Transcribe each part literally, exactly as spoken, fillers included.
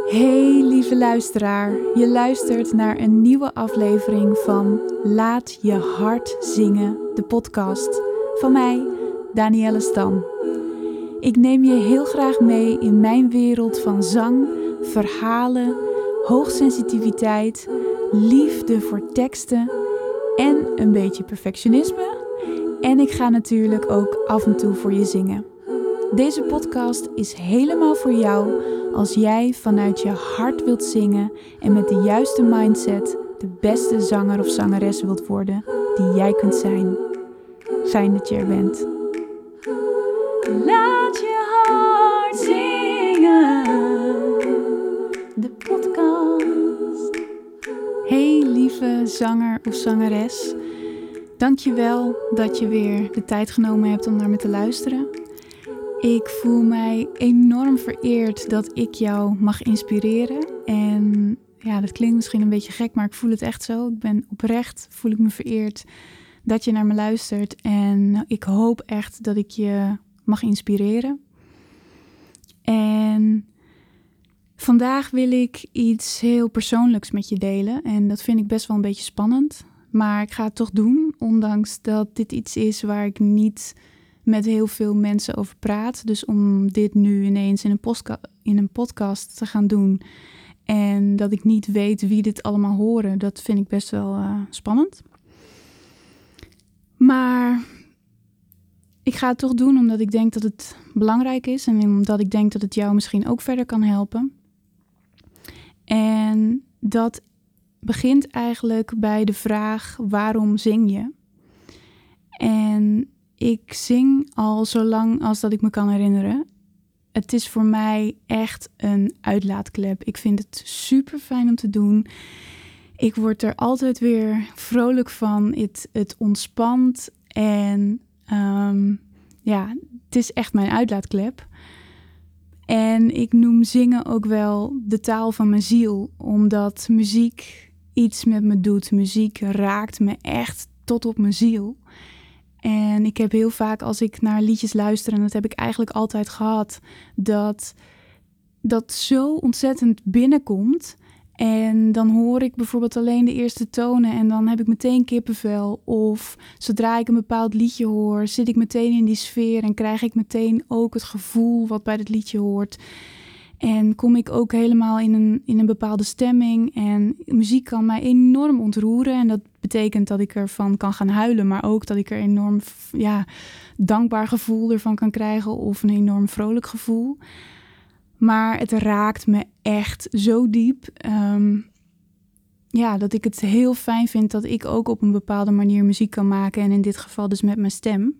Hey lieve luisteraar, je luistert naar een nieuwe aflevering van Laat je hart zingen, de podcast van mij, Danielle Stam. Ik neem je heel graag mee in mijn wereld van zang, verhalen, hoogsensitiviteit, liefde voor teksten en een beetje perfectionisme. En ik ga natuurlijk ook af en toe voor je zingen. Deze podcast is helemaal voor jou als jij vanuit je hart wilt zingen en met de juiste mindset de beste zanger of zangeres wilt worden die jij kunt zijn. Fijn dat je er bent. Laat je hart zingen, de podcast. Hey lieve zanger of zangeres, dankjewel dat je weer de tijd genomen hebt om naar me te luisteren. Ik voel mij enorm vereerd dat ik jou mag inspireren. En ja, dat klinkt misschien een beetje gek, maar ik voel het echt zo. Ik ben oprecht, voel ik me vereerd dat je naar me luistert. En ik hoop echt dat ik je mag inspireren. En vandaag wil ik iets heel persoonlijks met je delen. En dat vind ik best wel een beetje spannend. Maar ik ga het toch doen, ondanks dat dit iets is waar ik niet met heel veel mensen over praat. Dus om dit nu ineens in een, postka- in een podcast te gaan doen en dat ik niet weet wie dit allemaal horen, dat vind ik best wel uh, spannend. Maar ik ga het toch doen omdat ik denk dat het belangrijk is en omdat ik denk dat het jou misschien ook verder kan helpen. En dat begint eigenlijk bij de vraag: waarom zing je? En ik zing al zo lang als dat ik me kan herinneren. Het is voor mij echt een uitlaatklep. Ik vind het super fijn om te doen. Ik word er altijd weer vrolijk van. Het, het ontspant en um, ja, het is echt mijn uitlaatklep. En ik noem zingen ook wel de taal van mijn ziel, omdat muziek iets met me doet. Muziek raakt me echt tot op mijn ziel. En ik heb heel vaak als ik naar liedjes luister, en dat heb ik eigenlijk altijd gehad, dat dat zo ontzettend binnenkomt. En dan hoor ik bijvoorbeeld alleen de eerste tonen en dan heb ik meteen kippenvel. Of zodra ik een bepaald liedje hoor, zit ik meteen in die sfeer en krijg ik meteen ook het gevoel wat bij het liedje hoort. En kom ik ook helemaal in een, in een bepaalde stemming. En muziek kan mij enorm ontroeren. En dat betekent dat ik ervan kan gaan huilen. Maar ook dat ik er enorm ja, dankbaar gevoel ervan kan krijgen. Of een enorm vrolijk gevoel. Maar het raakt me echt zo diep. Um, ja, dat ik het heel fijn vind dat ik ook op een bepaalde manier muziek kan maken. En in dit geval dus met mijn stem.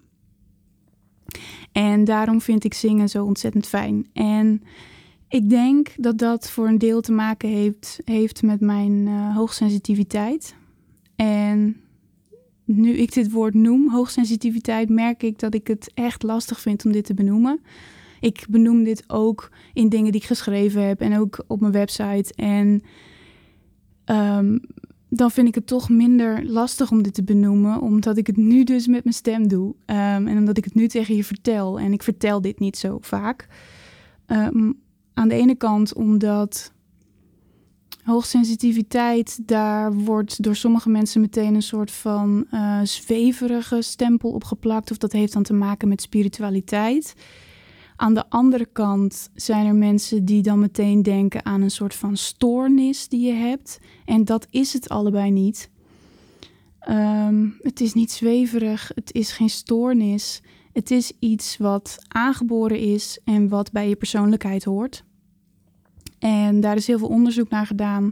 En daarom vind ik zingen zo ontzettend fijn. En ik denk dat dat voor een deel te maken heeft, heeft met mijn uh, hoogsensitiviteit. En nu ik dit woord noem, hoogsensitiviteit, merk ik dat ik het echt lastig vind om dit te benoemen. Ik benoem dit ook in dingen die ik geschreven heb en ook op mijn website. En um, dan vind ik het toch minder lastig om dit te benoemen, omdat ik het nu dus met mijn stem doe. Um, en omdat ik het nu tegen je vertel. En ik vertel dit niet zo vaak. Um, Aan de ene kant omdat hoogsensitiviteit, daar wordt door sommige mensen meteen een soort van uh, zweverige stempel opgeplakt. Of dat heeft dan te maken met spiritualiteit. Aan de andere kant zijn er mensen die dan meteen denken aan een soort van stoornis die je hebt. En dat is het allebei niet. Um, het is niet zweverig, het is geen stoornis. Het is iets wat aangeboren is en wat bij je persoonlijkheid hoort. En daar is heel veel onderzoek naar gedaan.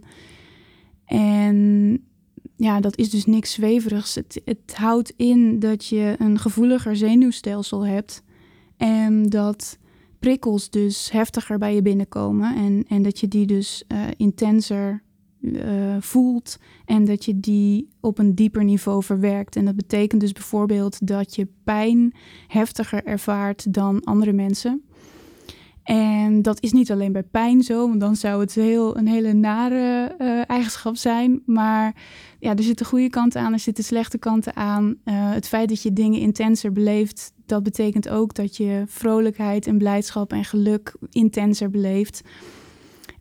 En ja, dat is dus niks zweverigs. Het, het houdt in dat je een gevoeliger zenuwstelsel hebt. En dat prikkels dus heftiger bij je binnenkomen. En, en dat je die dus uh, intenser uh, voelt. En dat je die op een dieper niveau verwerkt. En dat betekent dus bijvoorbeeld dat je pijn heftiger ervaart dan andere mensen. En dat is niet alleen bij pijn zo, want dan zou het heel, een hele nare uh, eigenschap zijn. Maar ja, er zitten goede kanten aan, er zitten slechte kanten aan. Uh, het feit dat je dingen intenser beleeft, dat betekent ook dat je vrolijkheid en blijdschap en geluk intenser beleeft.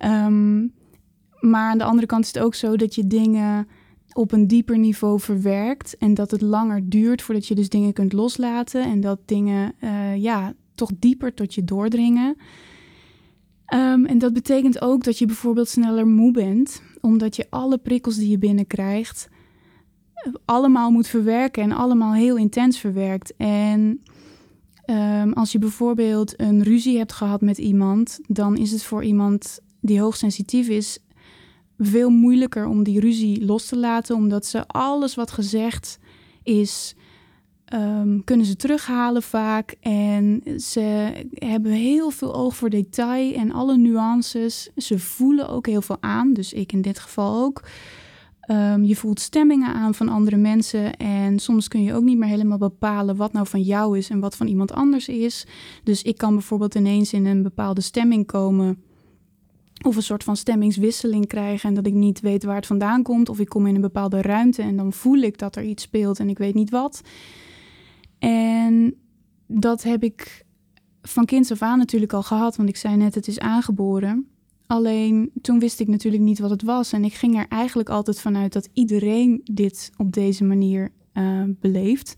Um, maar aan de andere kant is het ook zo dat je dingen op een dieper niveau verwerkt en dat het langer duurt voordat je dus dingen kunt loslaten en dat dingen uh, ja, toch dieper tot je doordringen. Um, en dat betekent ook dat je bijvoorbeeld sneller moe bent, omdat je alle prikkels die je binnenkrijgt allemaal moet verwerken en allemaal heel intens verwerkt. En um, als je bijvoorbeeld een ruzie hebt gehad met iemand, dan is het voor iemand die hoogsensitief is veel moeilijker om die ruzie los te laten, omdat ze alles wat gezegd is, um, kunnen ze terughalen vaak. En ze hebben heel veel oog voor detail en alle nuances. Ze voelen ook heel veel aan, dus ik in dit geval ook. Um, je voelt stemmingen aan van andere mensen en soms kun je ook niet meer helemaal bepalen wat nou van jou is en wat van iemand anders is. Dus ik kan bijvoorbeeld ineens in een bepaalde stemming komen of een soort van stemmingswisseling krijgen en dat ik niet weet waar het vandaan komt. Of ik kom in een bepaalde ruimte en dan voel ik dat er iets speelt en ik weet niet wat. En dat heb ik van kinds af aan natuurlijk al gehad, want ik zei net, het is aangeboren. Alleen toen wist ik natuurlijk niet wat het was. En ik ging er eigenlijk altijd vanuit dat iedereen dit op deze manier uh, beleeft.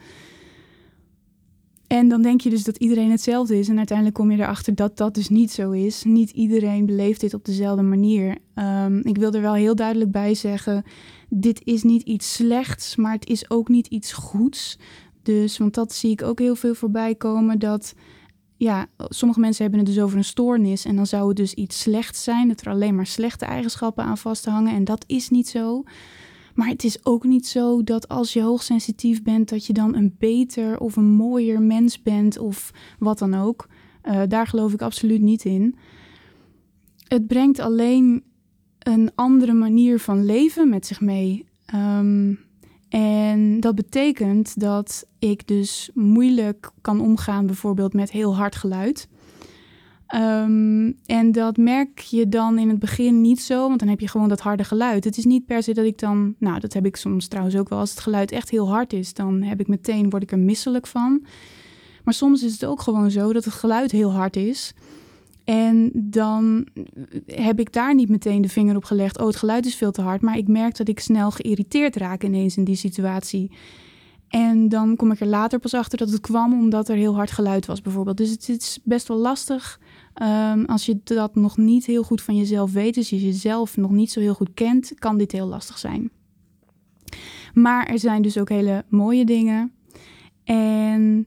En dan denk je dus dat iedereen hetzelfde is. En uiteindelijk kom je erachter dat dat dus niet zo is. Niet iedereen beleeft dit op dezelfde manier. Um, ik wil er wel heel duidelijk bij zeggen, dit is niet iets slechts, maar het is ook niet iets goeds. Dus, want dat zie ik ook heel veel voorbij komen, dat ja, sommige mensen hebben het dus over een stoornis en dan zou het dus iets slechts zijn, dat er alleen maar slechte eigenschappen aan vasthangen en dat is niet zo. Maar het is ook niet zo dat als je hoogsensitief bent, dat je dan een beter of een mooier mens bent of wat dan ook. Uh, daar geloof ik absoluut niet in. Het brengt alleen een andere manier van leven met zich mee. Um, En dat betekent dat ik dus moeilijk kan omgaan bijvoorbeeld met heel hard geluid. Um, en dat merk je dan in het begin niet zo, want dan heb je gewoon dat harde geluid. Het is niet per se dat ik dan, nou dat heb ik soms trouwens ook wel, als het geluid echt heel hard is, dan heb ik meteen, word ik er misselijk van. Maar soms is het ook gewoon zo dat het geluid heel hard is. En dan heb ik daar niet meteen de vinger op gelegd, oh het geluid is veel te hard, maar ik merk dat ik snel geïrriteerd raak ineens in die situatie. En dan kom ik er later pas achter dat het kwam omdat er heel hard geluid was bijvoorbeeld. Dus het is best wel lastig um, als je dat nog niet heel goed van jezelf weet, dus je jezelf nog niet zo heel goed kent, kan dit heel lastig zijn. Maar er zijn dus ook hele mooie dingen. En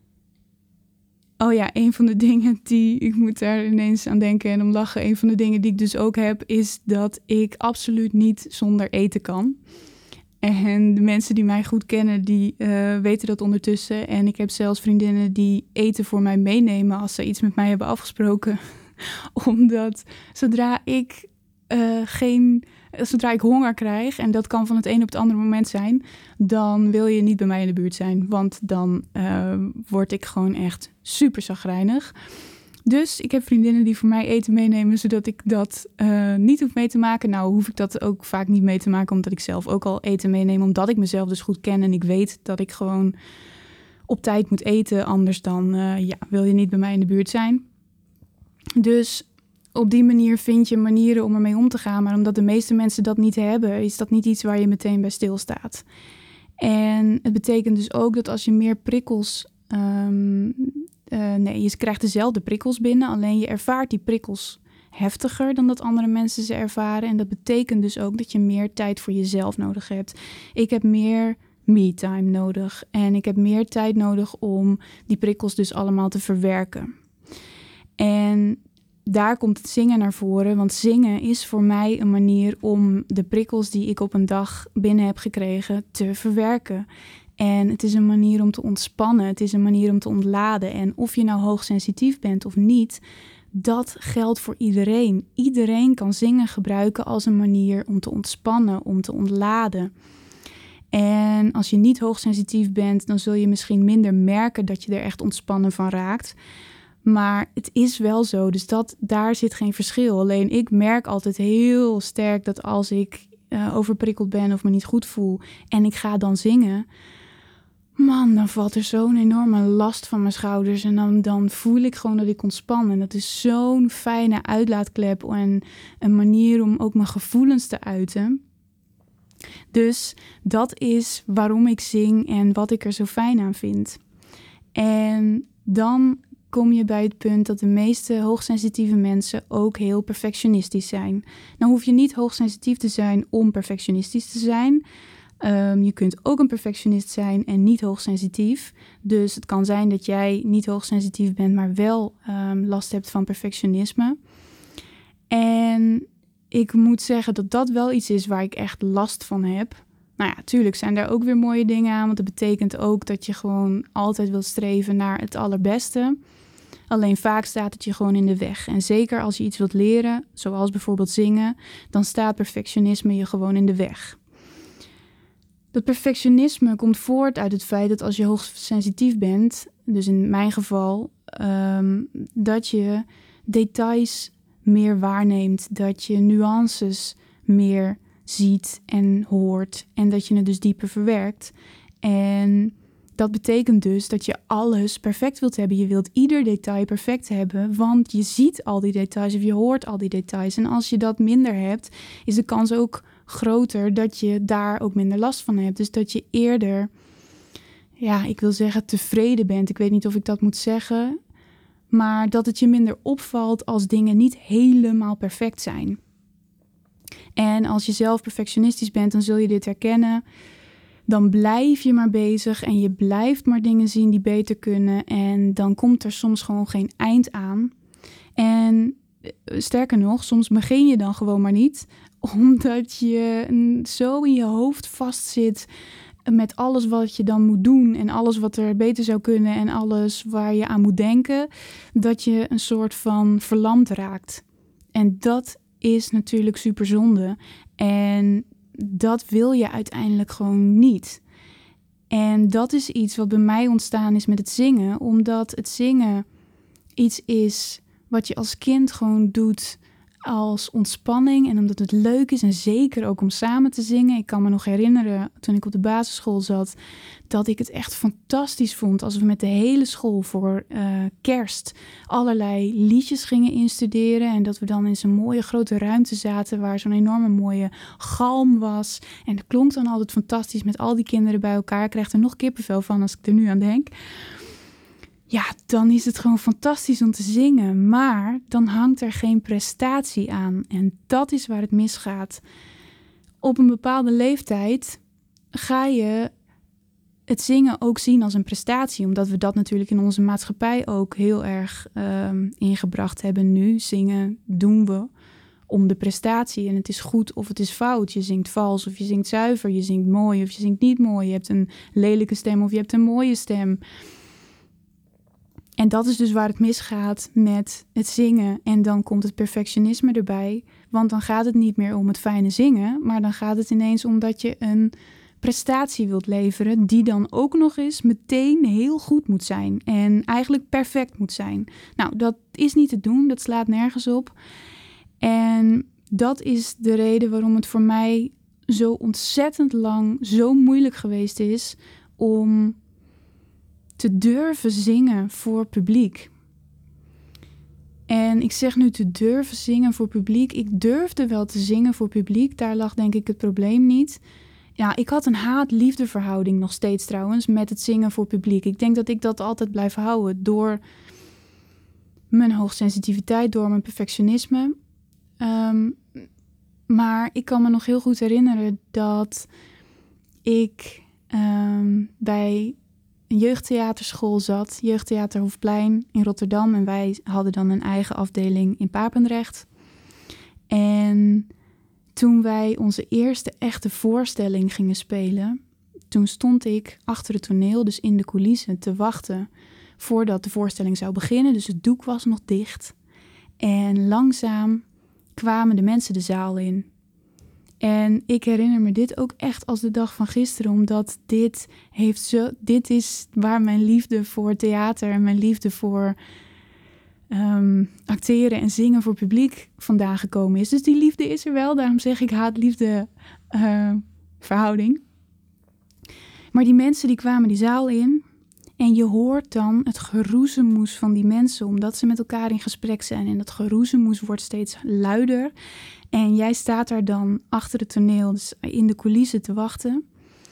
oh ja, een van de dingen die, ik moet daar ineens aan denken en om lachen. Een van de dingen die ik dus ook heb, is dat ik absoluut niet zonder eten kan. En de mensen die mij goed kennen, die uh, weten dat ondertussen. En ik heb zelfs vriendinnen die eten voor mij meenemen als ze iets met mij hebben afgesproken. Omdat zodra ik uh, geen... Zodra ik honger krijg, en dat kan van het een op het andere moment zijn, dan wil je niet bij mij in de buurt zijn. Want dan uh, word ik gewoon echt super chagrijnig. Dus ik heb vriendinnen die voor mij eten meenemen, zodat ik dat uh, niet hoef mee te maken. Nou hoef ik dat ook vaak niet mee te maken, omdat ik zelf ook al eten meeneem. Omdat ik mezelf dus goed ken en ik weet dat ik gewoon op tijd moet eten. Anders dan uh, ja, wil je niet bij mij in de buurt zijn. Dus op die manier vind je manieren om ermee om te gaan. Maar omdat de meeste mensen dat niet hebben, is dat niet iets waar je meteen bij stilstaat. En het betekent dus ook dat als je meer prikkels... Um, uh, nee, je krijgt dezelfde prikkels binnen. Alleen je ervaart die prikkels heftiger dan dat andere mensen ze ervaren. En dat betekent dus ook dat je meer tijd voor jezelf nodig hebt. Ik heb meer me-time nodig. En ik heb meer tijd nodig om die prikkels dus allemaal te verwerken. En daar komt het zingen naar voren, want zingen is voor mij een manier om de prikkels die ik op een dag binnen heb gekregen te verwerken. En het is een manier om te ontspannen, het is een manier om te ontladen. En of je nou hoogsensitief bent of niet, dat geldt voor iedereen. Iedereen kan zingen gebruiken als een manier om te ontspannen, om te ontladen. En als je niet hoogsensitief bent, dan zul je misschien minder merken dat je er echt ontspannen van raakt. Maar het is wel zo, dus dat, daar zit geen verschil. Alleen ik merk altijd heel sterk dat als ik uh, overprikkeld ben of me niet goed voel en ik ga dan zingen, man, dan valt er zo'n enorme last van mijn schouders. En dan, dan voel ik gewoon dat ik ontspan. En dat is zo'n fijne uitlaatklep en een manier om ook mijn gevoelens te uiten. Dus dat is waarom ik zing en wat ik er zo fijn aan vind. En dan kom je bij het punt dat de meeste hoogsensitieve mensen ook heel perfectionistisch zijn. Nou hoef je niet hoogsensitief te zijn om perfectionistisch te zijn. Um, je kunt ook een perfectionist zijn en niet hoogsensitief. Dus het kan zijn dat jij niet hoogsensitief bent, maar wel um, last hebt van perfectionisme. En ik moet zeggen dat dat wel iets is waar ik echt last van heb. Nou ja, tuurlijk zijn daar ook weer mooie dingen aan. Want dat betekent ook dat je gewoon altijd wilt streven naar het allerbeste. Alleen vaak staat het je gewoon in de weg. En zeker als je iets wilt leren, zoals bijvoorbeeld zingen, dan staat perfectionisme je gewoon in de weg. Dat perfectionisme komt voort uit het feit dat als je hoogsensitief bent, dus in mijn geval, um, dat je details meer waarneemt, dat je nuances meer ziet en hoort en dat je het dus dieper verwerkt. En dat betekent dus dat je alles perfect wilt hebben. Je wilt ieder detail perfect hebben, want je ziet al die details of je hoort al die details. En als je dat minder hebt, is de kans ook groter dat je daar ook minder last van hebt. Dus dat je eerder, ja, ik wil zeggen tevreden bent. Ik weet niet of ik dat moet zeggen, maar dat het je minder opvalt als dingen niet helemaal perfect zijn. En als je zelf perfectionistisch bent, dan zul je dit herkennen. Dan blijf je maar bezig en je blijft maar dingen zien die beter kunnen. En dan komt er soms gewoon geen eind aan. En sterker nog, soms begin je dan gewoon maar niet. Omdat je zo in je hoofd vastzit met alles wat je dan moet doen. En alles wat er beter zou kunnen en alles waar je aan moet denken. Dat je een soort van verlamd raakt. En dat is natuurlijk super zonde. En dat wil je uiteindelijk gewoon niet. En dat is iets wat bij mij ontstaan is met het zingen. Omdat het zingen iets is wat je als kind gewoon doet als ontspanning. En omdat het leuk is en zeker ook om samen te zingen. Ik kan me nog herinneren toen ik op de basisschool zat, dat ik het echt fantastisch vond als we met de hele school voor uh, kerst allerlei liedjes gingen instuderen. En dat we dan in zo'n mooie grote ruimte zaten waar zo'n enorme mooie galm was. En dat klonk dan altijd fantastisch met al die kinderen bij elkaar. Ik krijg er nog kippenvel van als ik er nu aan denk. Ja, dan is het gewoon fantastisch om te zingen. Maar dan hangt er geen prestatie aan. En dat is waar het misgaat. Op een bepaalde leeftijd ga je het zingen ook zien als een prestatie. Omdat we dat natuurlijk in onze maatschappij ook heel erg um, ingebracht hebben nu. Zingen doen we om de prestatie. En het is goed of het is fout. Je zingt vals of je zingt zuiver. Je zingt mooi of je zingt niet mooi. Je hebt een lelijke stem of je hebt een mooie stem. En dat is dus waar het misgaat met het zingen. En dan komt het perfectionisme erbij. Want dan gaat het niet meer om het fijne zingen. Maar dan gaat het ineens om dat je een prestatie wilt leveren. Die dan ook nog eens meteen heel goed moet zijn. En eigenlijk perfect moet zijn. Nou, dat is niet te doen. Dat slaat nergens op. En dat is de reden waarom het voor mij zo ontzettend lang zo moeilijk geweest is om te durven zingen voor publiek. En ik zeg nu te durven zingen voor publiek. Ik durfde wel te zingen voor publiek. Daar lag denk ik het probleem niet. Ja, ik had een haat-liefde verhouding nog steeds trouwens met het zingen voor publiek. Ik denk dat ik dat altijd blijf houden door mijn hoogsensitiviteit, door mijn perfectionisme. Um, maar ik kan me nog heel goed herinneren dat ik um, bij een jeugdtheaterschool zat, Jeugdtheater Hofplein in Rotterdam. En wij hadden dan een eigen afdeling in Papendrecht. En toen wij onze eerste echte voorstelling gingen spelen, toen stond ik achter het toneel, dus in de coulissen, te wachten voordat de voorstelling zou beginnen. Dus het doek was nog dicht. En langzaam kwamen de mensen de zaal in. En ik herinner me dit ook echt als de dag van gisteren, omdat dit heeft zo, dit is waar mijn liefde voor theater en mijn liefde voor um, acteren en zingen voor publiek vandaan gekomen is. Dus die liefde is er wel, daarom zeg ik haat-liefde uh, verhouding. Maar die mensen die kwamen die zaal in en je hoort dan het geroezemoes van die mensen, omdat ze met elkaar in gesprek zijn. En dat geroezemoes wordt steeds luider. En jij staat daar dan achter het toneel, dus in de coulissen te wachten.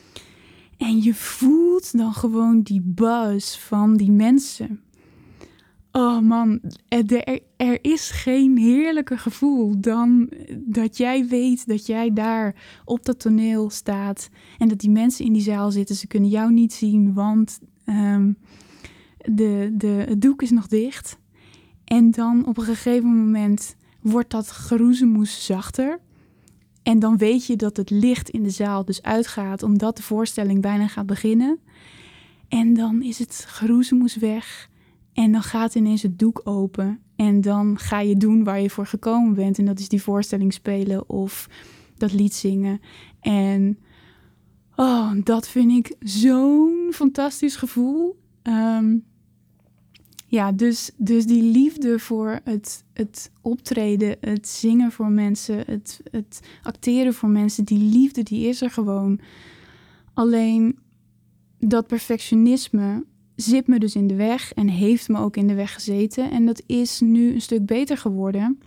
En je voelt dan gewoon die buzz van die mensen. Oh man, er, er is geen heerlijker gevoel dan dat jij weet dat jij daar op dat toneel staat. En dat die mensen in die zaal zitten. Ze kunnen jou niet zien, want um, de, de, het doek is nog dicht. En dan op een gegeven moment wordt dat geroezemoes zachter. En dan weet je dat het licht in de zaal dus uitgaat, omdat de voorstelling bijna gaat beginnen. En dan is het geroezemoes weg. En dan gaat ineens het doek open. En dan ga je doen waar je voor gekomen bent. En dat is die voorstelling spelen of dat lied zingen. En oh, dat vind ik zo'n fantastisch gevoel. Um, ja, dus, dus die liefde voor het, het optreden, het zingen voor mensen, het, het acteren voor mensen, die liefde die is er gewoon. Alleen dat perfectionisme zit me dus in de weg en heeft me ook in de weg gezeten. En dat is nu een stuk beter geworden.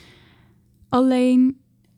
Alleen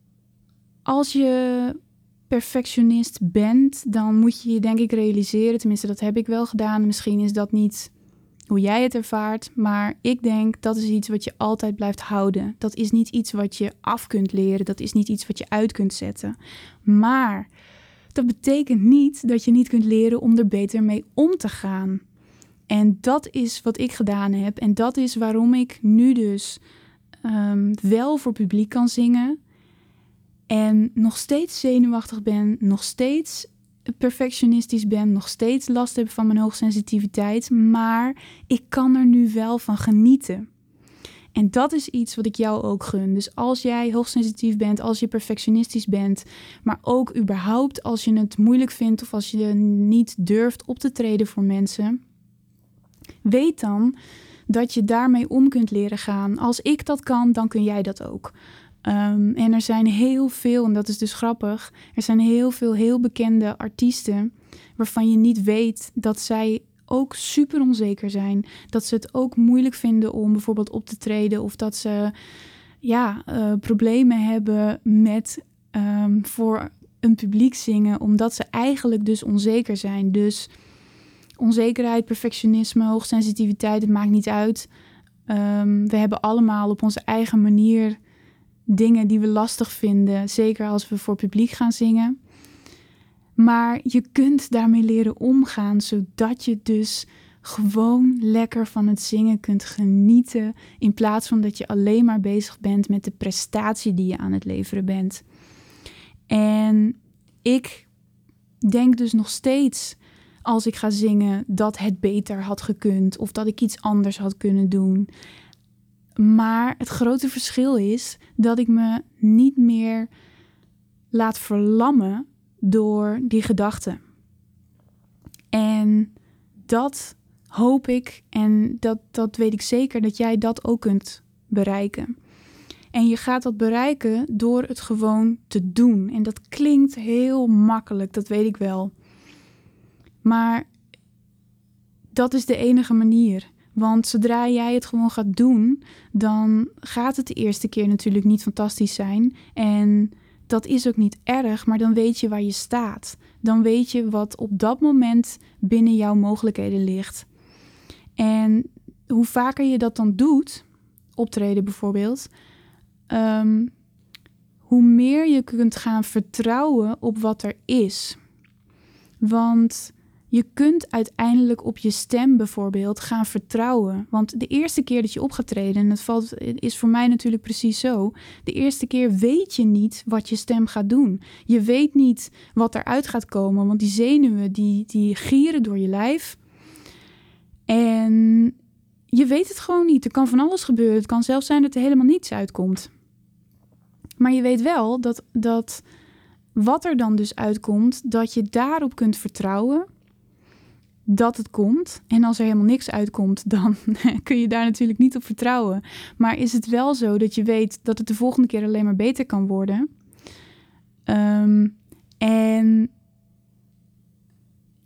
als je perfectionist bent, dan moet je je denk ik realiseren, tenminste dat heb ik wel gedaan. Misschien is dat niet hoe jij het ervaart, maar ik denk dat is iets wat je altijd blijft houden. Dat is niet iets wat je af kunt leren, dat is niet iets wat je uit kunt zetten. Maar dat betekent niet dat je niet kunt leren om er beter mee om te gaan. En dat is wat ik gedaan heb. En dat is waarom ik nu dus um, wel voor publiek kan zingen. En nog steeds zenuwachtig ben. Nog steeds perfectionistisch ben. Nog steeds last heb van mijn hoogsensitiviteit. Maar ik kan er nu wel van genieten. En dat is iets wat ik jou ook gun. Dus als jij hoogsensitief bent, als je perfectionistisch bent, maar ook überhaupt als je het moeilijk vindt of als je niet durft op te treden voor mensen, weet dan dat je daarmee om kunt leren gaan. Als ik dat kan, dan kun jij dat ook. Um, en er zijn heel veel, en dat is dus grappig, er zijn heel veel heel bekende artiesten waarvan je niet weet dat zij ook super onzeker zijn. Dat ze het ook moeilijk vinden om bijvoorbeeld op te treden of dat ze ja, uh, problemen hebben met um, voor een publiek zingen, omdat ze eigenlijk dus onzeker zijn. Dus onzekerheid, perfectionisme, hoogsensitiviteit, het maakt niet uit. Um, we hebben allemaal op onze eigen manier dingen die we lastig vinden, zeker als we voor publiek gaan zingen. Maar je kunt daarmee leren omgaan, zodat je dus gewoon lekker van het zingen kunt genieten, in plaats van dat je alleen maar bezig bent met de prestatie die je aan het leveren bent. En ik denk dus nog steeds, als ik ga zingen, dat het beter had gekund of dat ik iets anders had kunnen doen. Maar het grote verschil is dat ik me niet meer laat verlammen door die gedachten. En dat hoop ik en dat, dat weet ik zeker dat jij dat ook kunt bereiken. En je gaat dat bereiken door het gewoon te doen. En dat klinkt heel makkelijk, dat weet ik wel. Maar dat is de enige manier. Want zodra jij het gewoon gaat doen, dan gaat het de eerste keer natuurlijk niet fantastisch zijn. En dat is ook niet erg, maar dan weet je waar je staat. Dan weet je wat op dat moment binnen jouw mogelijkheden ligt. En hoe vaker je dat dan doet, optreden bijvoorbeeld, um, hoe meer je kunt gaan vertrouwen op wat er is. Want je kunt uiteindelijk op je stem bijvoorbeeld gaan vertrouwen. Want de eerste keer dat je op gaat treden, en dat valt, is voor mij natuurlijk precies zo. De eerste keer weet je niet wat je stem gaat doen. Je weet niet wat eruit gaat komen, want die zenuwen die, die gieren door je lijf. En je weet het gewoon niet. Er kan van alles gebeuren. Het kan zelfs zijn dat er helemaal niets uitkomt. Maar je weet wel dat, dat wat er dan dus uitkomt, dat je daarop kunt vertrouwen dat het komt. En als er helemaal niks uitkomt, dan kun je daar natuurlijk niet op vertrouwen. Maar is het wel zo dat je weet dat het de volgende keer alleen maar beter kan worden? Um, en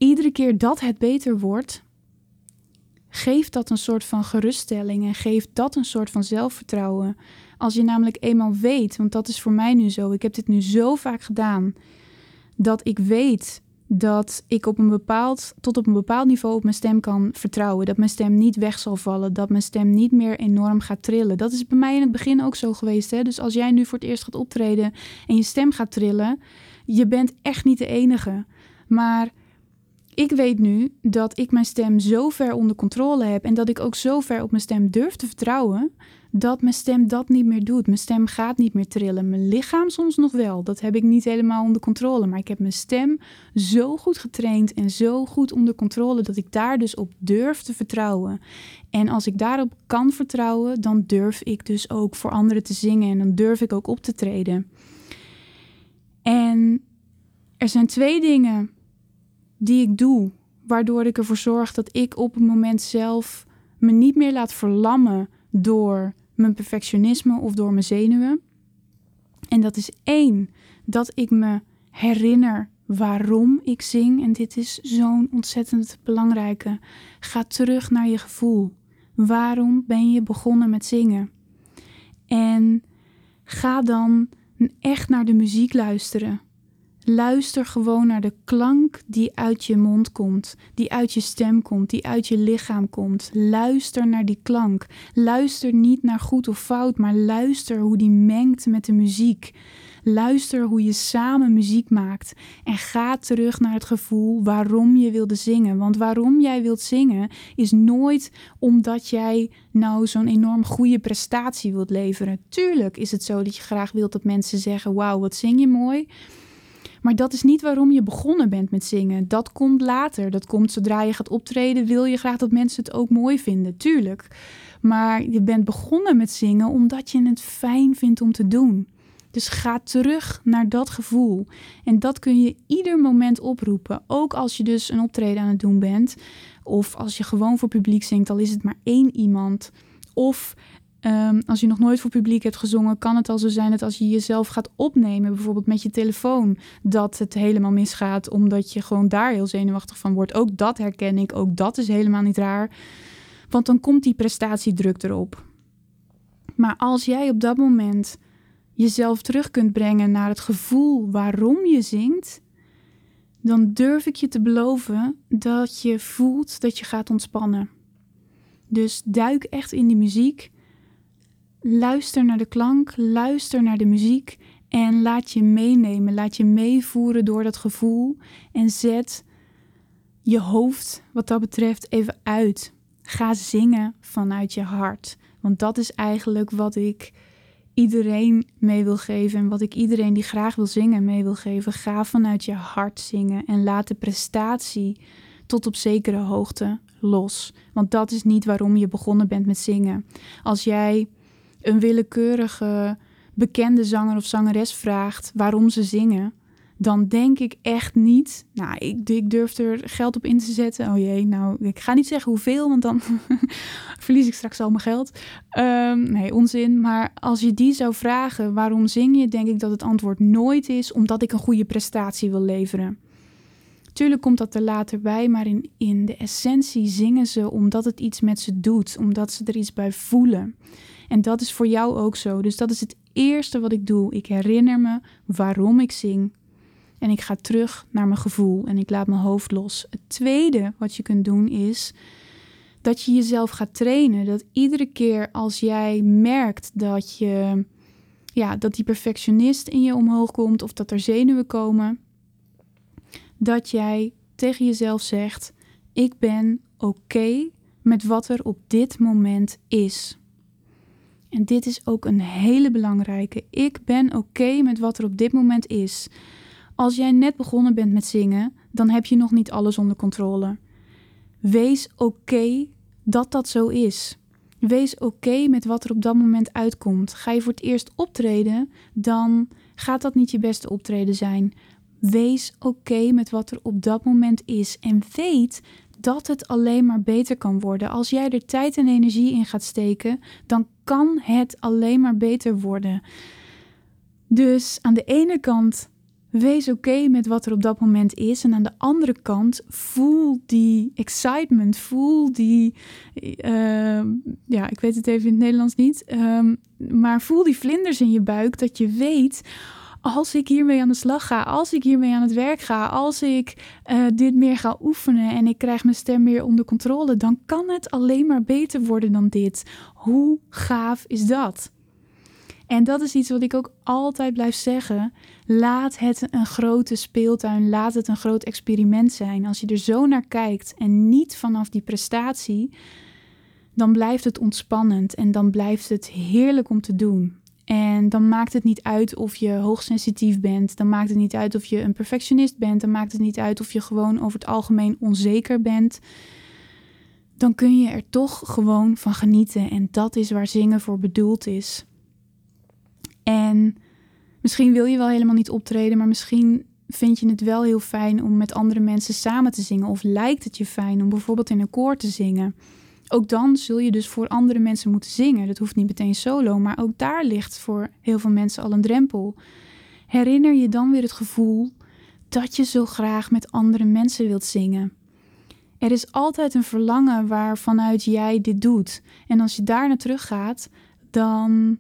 iedere keer dat het beter wordt, geeft dat een soort van geruststelling en geeft dat een soort van zelfvertrouwen. Als je namelijk eenmaal weet, want dat is voor mij nu zo, ik heb dit nu zo vaak gedaan, dat ik weet dat ik op een bepaald, tot op een bepaald niveau op mijn stem kan vertrouwen. Dat mijn stem niet weg zal vallen, dat mijn stem niet meer enorm gaat trillen. Dat is bij mij in het begin ook zo geweest. Hè? Dus als jij nu voor het eerst gaat optreden en je stem gaat trillen, je bent echt niet de enige. Maar ik weet nu dat ik mijn stem zo ver onder controle heb en dat ik ook zo ver op mijn stem durf te vertrouwen, dat mijn stem dat niet meer doet. Mijn stem gaat niet meer trillen. Mijn lichaam soms nog wel. Dat heb ik niet helemaal onder controle. Maar ik heb mijn stem zo goed getraind en zo goed onder controle dat ik daar dus op durf te vertrouwen. En als ik daarop kan vertrouwen, dan durf ik dus ook voor anderen te zingen en dan durf ik ook op te treden. En er zijn twee dingen die ik doe, waardoor ik ervoor zorg dat ik op het moment zelf me niet meer laat verlammen door mijn perfectionisme of door mijn zenuwen. En dat is één, dat ik me herinner waarom ik zing. En dit is zo'n ontzettend belangrijke. Ga terug naar je gevoel. Waarom ben je begonnen met zingen? En ga dan echt naar de muziek luisteren. Luister gewoon naar de klank die uit je mond komt, die uit je stem komt, die uit je lichaam komt. Luister naar die klank. Luister niet naar goed of fout, maar luister hoe die mengt met de muziek. Luister hoe je samen muziek maakt en ga terug naar het gevoel waarom je wilde zingen. Want waarom jij wilt zingen is nooit omdat jij nou zo'n enorm goede prestatie wilt leveren. Tuurlijk is het zo dat je graag wilt dat mensen zeggen, wauw, wat zing je mooi. Maar dat is niet waarom je begonnen bent met zingen. Dat komt later. Dat komt zodra je gaat optreden. Wil je graag dat mensen het ook mooi vinden. Tuurlijk. Maar je bent begonnen met zingen omdat je het fijn vindt om te doen. Dus ga terug naar dat gevoel. En dat kun je ieder moment oproepen. Ook als je dus een optreden aan het doen bent. Of als je gewoon voor publiek zingt, al is het maar één iemand. Of Um, als je nog nooit voor publiek hebt gezongen, kan het al zo zijn dat als je jezelf gaat opnemen, bijvoorbeeld met je telefoon, dat het helemaal misgaat, omdat je gewoon daar heel zenuwachtig van wordt. Ook dat herken ik, ook dat is helemaal niet raar. Want dan komt die prestatiedruk erop. Maar als jij op dat moment jezelf terug kunt brengen naar het gevoel waarom je zingt, dan durf ik je te beloven dat je voelt dat je gaat ontspannen. Dus duik echt in die muziek. Luister naar de klank, luister naar de muziek en laat je meenemen, laat je meevoeren door dat gevoel en zet je hoofd wat dat betreft even uit. Ga zingen vanuit je hart, want dat is eigenlijk wat ik iedereen mee wil geven en wat ik iedereen die graag wil zingen mee wil geven. Ga vanuit je hart zingen en laat de prestatie tot op zekere hoogte los, want dat is niet waarom je begonnen bent met zingen. Als jij een willekeurige bekende zanger of zangeres vraagt waarom ze zingen, dan denk ik echt niet, nou, ik, ik durf er geld op in te zetten. Oh jee, nou, ik ga niet zeggen hoeveel, want dan verlies ik straks al mijn geld. Um, nee, onzin. Maar als je die zou vragen, waarom zing je, denk ik dat het antwoord nooit is, omdat ik een goede prestatie wil leveren. Tuurlijk komt dat er later bij, maar in, in de essentie zingen ze omdat het iets met ze doet, omdat ze er iets bij voelen. En dat is voor jou ook zo. Dus dat is het eerste wat ik doe. Ik herinner me waarom ik zing. En ik ga terug naar mijn gevoel en ik laat mijn hoofd los. Het tweede wat je kunt doen is dat je jezelf gaat trainen. Dat iedere keer als jij merkt dat, je, ja, dat die perfectionist in je omhoog komt of dat er zenuwen komen, dat jij tegen jezelf zegt, ik ben oké met wat er op dit moment is. En dit is ook een hele belangrijke. Ik ben oké met wat er op dit moment is. Als jij net begonnen bent met zingen, dan heb je nog niet alles onder controle. Wees oké dat dat zo is. Wees oké met wat er op dat moment uitkomt. Ga je voor het eerst optreden, dan gaat dat niet je beste optreden zijn. Wees oké met wat er op dat moment is. En weet dat het alleen maar beter kan worden. Als jij er tijd en energie in gaat steken, dan kan het alleen maar beter worden. Dus aan de ene kant wees oké met wat er op dat moment is. En aan de andere kant, voel die excitement. Voel die, uh, ja, ik weet het even in het Nederlands niet. Um, maar voel die vlinders in je buik, dat je weet, als ik hiermee aan de slag ga, als ik hiermee aan het werk ga, als ik uh, dit meer ga oefenen en ik krijg mijn stem meer onder controle, dan kan het alleen maar beter worden dan dit. Hoe gaaf is dat? En dat is iets wat ik ook altijd blijf zeggen. Laat het een grote speeltuin, laat het een groot experiment zijn. Als je er zo naar kijkt en niet vanaf die prestatie, dan blijft het ontspannend en dan blijft het heerlijk om te doen. En dan maakt het niet uit of je hoogsensitief bent, dan maakt het niet uit of je een perfectionist bent, dan maakt het niet uit of je gewoon over het algemeen onzeker bent. Dan kun je er toch gewoon van genieten en dat is waar zingen voor bedoeld is. En misschien wil je wel helemaal niet optreden, maar misschien vind je het wel heel fijn om met andere mensen samen te zingen. Of lijkt het je fijn om bijvoorbeeld in een koor te zingen. Ook dan zul je dus voor andere mensen moeten zingen. Dat hoeft niet meteen solo, maar ook daar ligt voor heel veel mensen al een drempel. Herinner je dan weer het gevoel dat je zo graag met andere mensen wilt zingen. Er is altijd een verlangen waarvanuit jij dit doet. En als je daar naar terug gaat, dan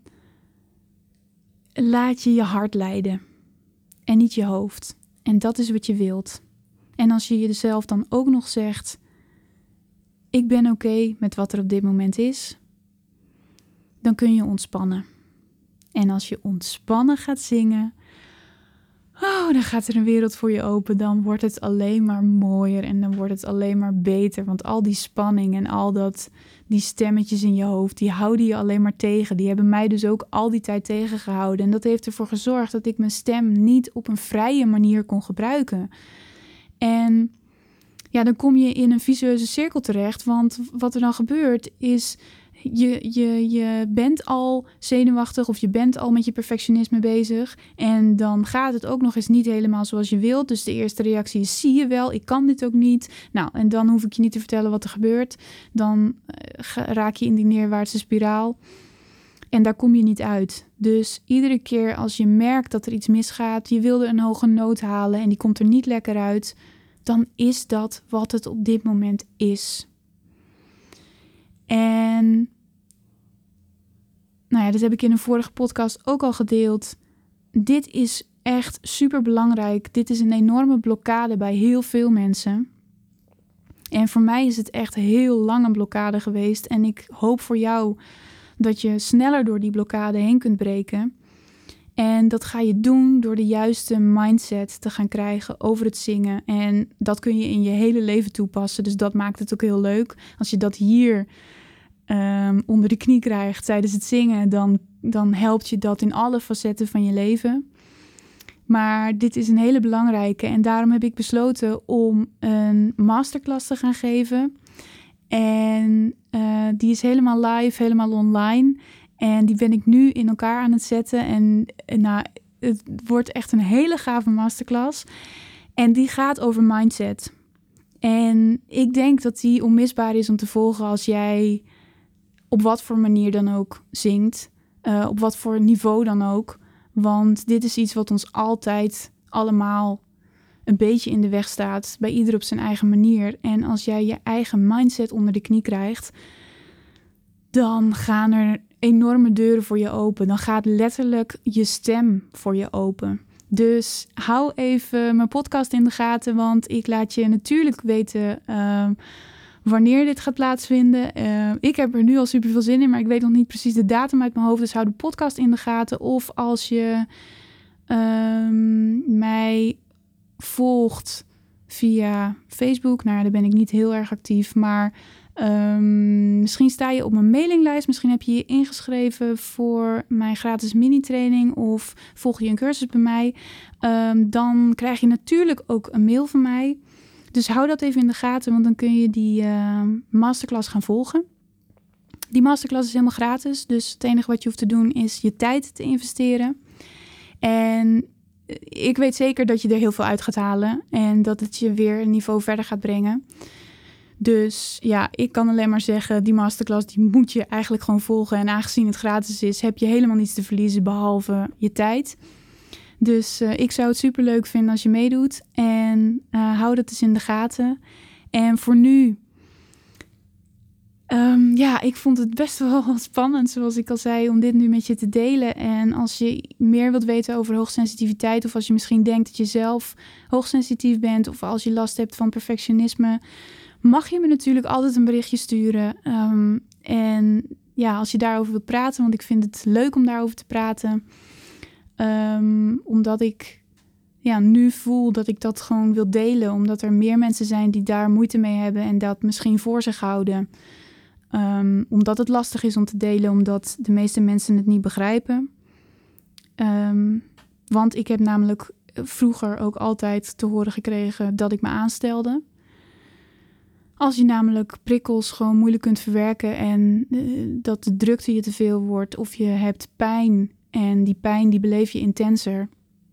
laat je je hart leiden en niet je hoofd. En dat is wat je wilt. En als je jezelf dan ook nog zegt, ik ben oké met wat er op dit moment is, dan kun je ontspannen. En als je ontspannen gaat zingen, oh, dan gaat er een wereld voor je open. Dan wordt het alleen maar mooier en dan wordt het alleen maar beter. Want al die spanning en al dat, die stemmetjes in je hoofd, die houden je alleen maar tegen. Die hebben mij dus ook al die tijd tegengehouden. En dat heeft ervoor gezorgd dat ik mijn stem niet op een vrije manier kon gebruiken. En ja, dan kom je in een vicieuze cirkel terecht. Want wat er dan gebeurt is, Je, je, je bent al zenuwachtig of je bent al met je perfectionisme bezig. En dan gaat het ook nog eens niet helemaal zoals je wilt. Dus de eerste reactie is, zie je wel, ik kan dit ook niet. Nou, en dan hoef ik je niet te vertellen wat er gebeurt. Dan uh, raak je in die neerwaartse spiraal. En daar kom je niet uit. Dus iedere keer als je merkt dat er iets misgaat, je wilde een hoge noot halen en die komt er niet lekker uit, dan is dat wat het op dit moment is. En nou ja, dit heb ik in een vorige podcast ook al gedeeld. Dit is echt super belangrijk. Dit is een enorme blokkade bij heel veel mensen. En voor mij is het echt heel lang een blokkade geweest. En ik hoop voor jou dat je sneller door die blokkade heen kunt breken. En dat ga je doen door de juiste mindset te gaan krijgen over het zingen. En dat kun je in je hele leven toepassen. Dus dat maakt het ook heel leuk. Als je dat hier um, onder de knie krijgt tijdens het zingen, dan, dan helpt je dat in alle facetten van je leven. Maar dit is een hele belangrijke. En daarom heb ik besloten om een masterclass te gaan geven. En uh, die is helemaal live, helemaal online. En die ben ik nu in elkaar aan het zetten. En, en nou, het wordt echt een hele gave masterclass. En die gaat over mindset. En ik denk dat die onmisbaar is om te volgen als jij op wat voor manier dan ook zingt. Uh, op wat voor niveau dan ook. Want dit is iets wat ons altijd allemaal een beetje in de weg staat. Bij ieder op zijn eigen manier. En als jij je eigen mindset onder de knie krijgt, dan gaan er enorme deuren voor je open. Dan gaat letterlijk je stem voor je open. Dus hou even mijn podcast in de gaten, want ik laat je natuurlijk weten uh, wanneer dit gaat plaatsvinden. Uh, ik heb er nu al super veel zin in, maar ik weet nog niet precies de datum uit mijn hoofd. Dus hou de podcast in de gaten. Of als je uh, mij volgt via Facebook, nou, daar ben ik niet heel erg actief, maar Um, misschien sta je op mijn mailinglijst. Misschien heb je je ingeschreven voor mijn gratis mini-training of volg je een cursus bij mij. Um, dan krijg je natuurlijk ook een mail van mij. Dus hou dat even in de gaten, want dan kun je die uh, masterclass gaan volgen. Die masterclass is helemaal gratis, dus het enige wat je hoeft te doen is je tijd te investeren. En ik weet zeker dat je er heel veel uit gaat halen en dat het je weer een niveau verder gaat brengen. Dus ja, ik kan alleen maar zeggen, die masterclass die moet je eigenlijk gewoon volgen. En aangezien het gratis is, heb je helemaal niets te verliezen behalve je tijd. Dus uh, ik zou het superleuk vinden als je meedoet. En uh, hou dat eens in de gaten. En voor nu... Um, ja, ik vond het best wel spannend, zoals ik al zei, om dit nu met je te delen. En als je meer wilt weten over hoogsensitiviteit, of als je misschien denkt dat je zelf hoogsensitief bent, of als je last hebt van perfectionisme, mag je me natuurlijk altijd een berichtje sturen. Um, en ja, als je daarover wilt praten, want ik vind het leuk om daarover te praten. Um, omdat ik ja, nu voel dat ik dat gewoon wil delen, omdat er meer mensen zijn die daar moeite mee hebben en dat misschien voor zich houden. Um, omdat het lastig is om te delen, omdat de meeste mensen het niet begrijpen. Um, want ik heb namelijk vroeger ook altijd te horen gekregen dat ik me aanstelde. Als je namelijk prikkels gewoon moeilijk kunt verwerken en uh, dat de drukte je te veel wordt, of je hebt pijn en die pijn die beleef je intenser.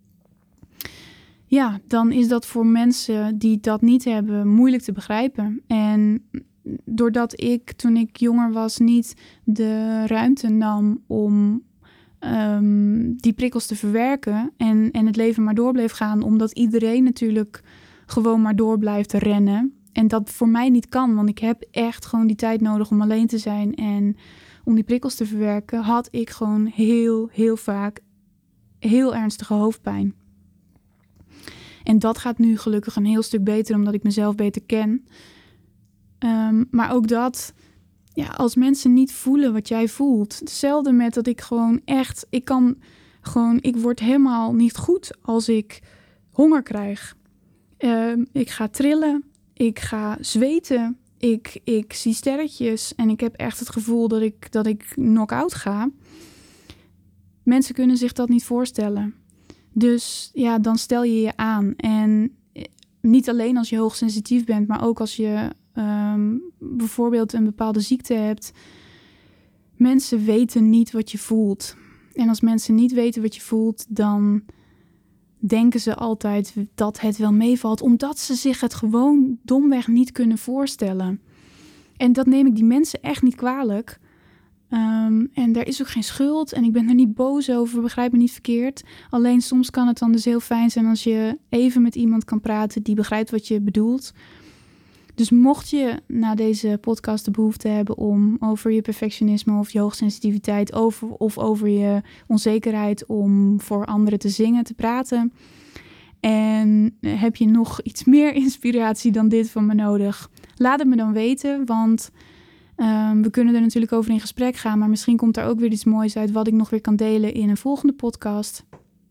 Ja, dan is dat voor mensen die dat niet hebben moeilijk te begrijpen. En doordat ik toen ik jonger was niet de ruimte nam om um, die prikkels te verwerken en, en het leven maar door bleef gaan, omdat iedereen natuurlijk gewoon maar door blijft rennen. En dat voor mij niet kan, want ik heb echt gewoon die tijd nodig om alleen te zijn en om die prikkels te verwerken, had ik gewoon heel, heel vaak heel ernstige hoofdpijn. En dat gaat nu gelukkig een heel stuk beter, omdat ik mezelf beter ken. Um, maar ook dat, ja, als mensen niet voelen wat jij voelt. Hetzelfde met dat ik gewoon echt, ik kan gewoon, ik word helemaal niet goed als ik honger krijg. Um, ik ga trillen, ik ga zweten, ik, ik zie sterretjes en ik heb echt het gevoel dat ik, dat ik knock-out ga. Mensen kunnen zich dat niet voorstellen. Dus ja, dan stel je je aan. En niet alleen als je hoogsensitief bent, maar ook als je um, bijvoorbeeld een bepaalde ziekte hebt. Mensen weten niet wat je voelt. En als mensen niet weten wat je voelt, dan denken ze altijd dat het wel meevalt, omdat ze zich het gewoon domweg niet kunnen voorstellen. En dat neem ik die mensen echt niet kwalijk. Um, en er is ook geen schuld en ik ben er niet boos over, begrijp me niet verkeerd. Alleen soms kan het dan dus heel fijn zijn als je even met iemand kan praten die begrijpt wat je bedoelt. Dus mocht je na deze podcast de behoefte hebben om over je perfectionisme of je hoogsensitiviteit over, of over je onzekerheid om voor anderen te zingen, te praten. En heb je nog iets meer inspiratie dan dit van me nodig? Laat het me dan weten, want Um, we kunnen er natuurlijk over in gesprek gaan, maar misschien komt er ook weer iets moois uit wat ik nog weer kan delen in een volgende podcast.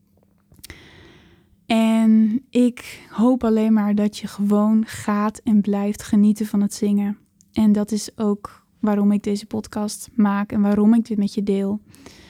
En ik hoop alleen maar dat je gewoon gaat en blijft genieten van het zingen. En dat is ook waarom ik deze podcast maak en waarom ik dit met je deel.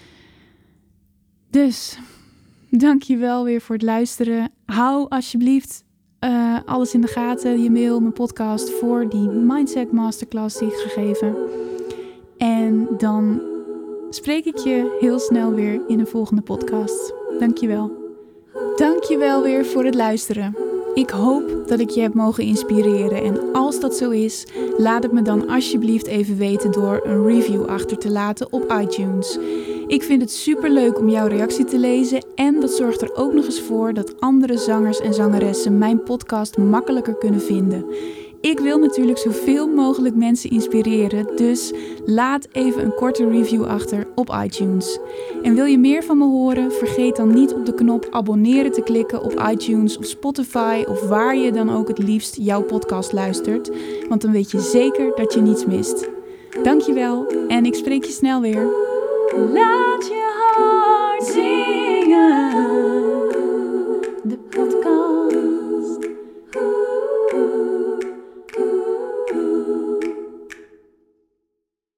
Dus, dank je wel weer voor het luisteren. Hou alsjeblieft Uh, alles in de gaten, je mail, mijn podcast voor die Mindset Masterclass die ik ga geven. En dan spreek ik je heel snel weer in een volgende podcast. Dankjewel. Dankjewel weer voor het luisteren. Ik hoop dat ik je heb mogen inspireren. En als dat zo is, laat het me dan alsjeblieft even weten door een review achter te laten op iTunes. Ik vind het superleuk om jouw reactie te lezen en dat zorgt er ook nog eens voor dat andere zangers en zangeressen mijn podcast makkelijker kunnen vinden. Ik wil natuurlijk zoveel mogelijk mensen inspireren, dus laat even een korte review achter op iTunes. En wil je meer van me horen? Vergeet dan niet op de knop abonneren te klikken op iTunes of Spotify of waar je dan ook het liefst jouw podcast luistert, want dan weet je zeker dat je niets mist. Dankjewel en ik spreek je snel weer. Laat je hart zingen. De podcast.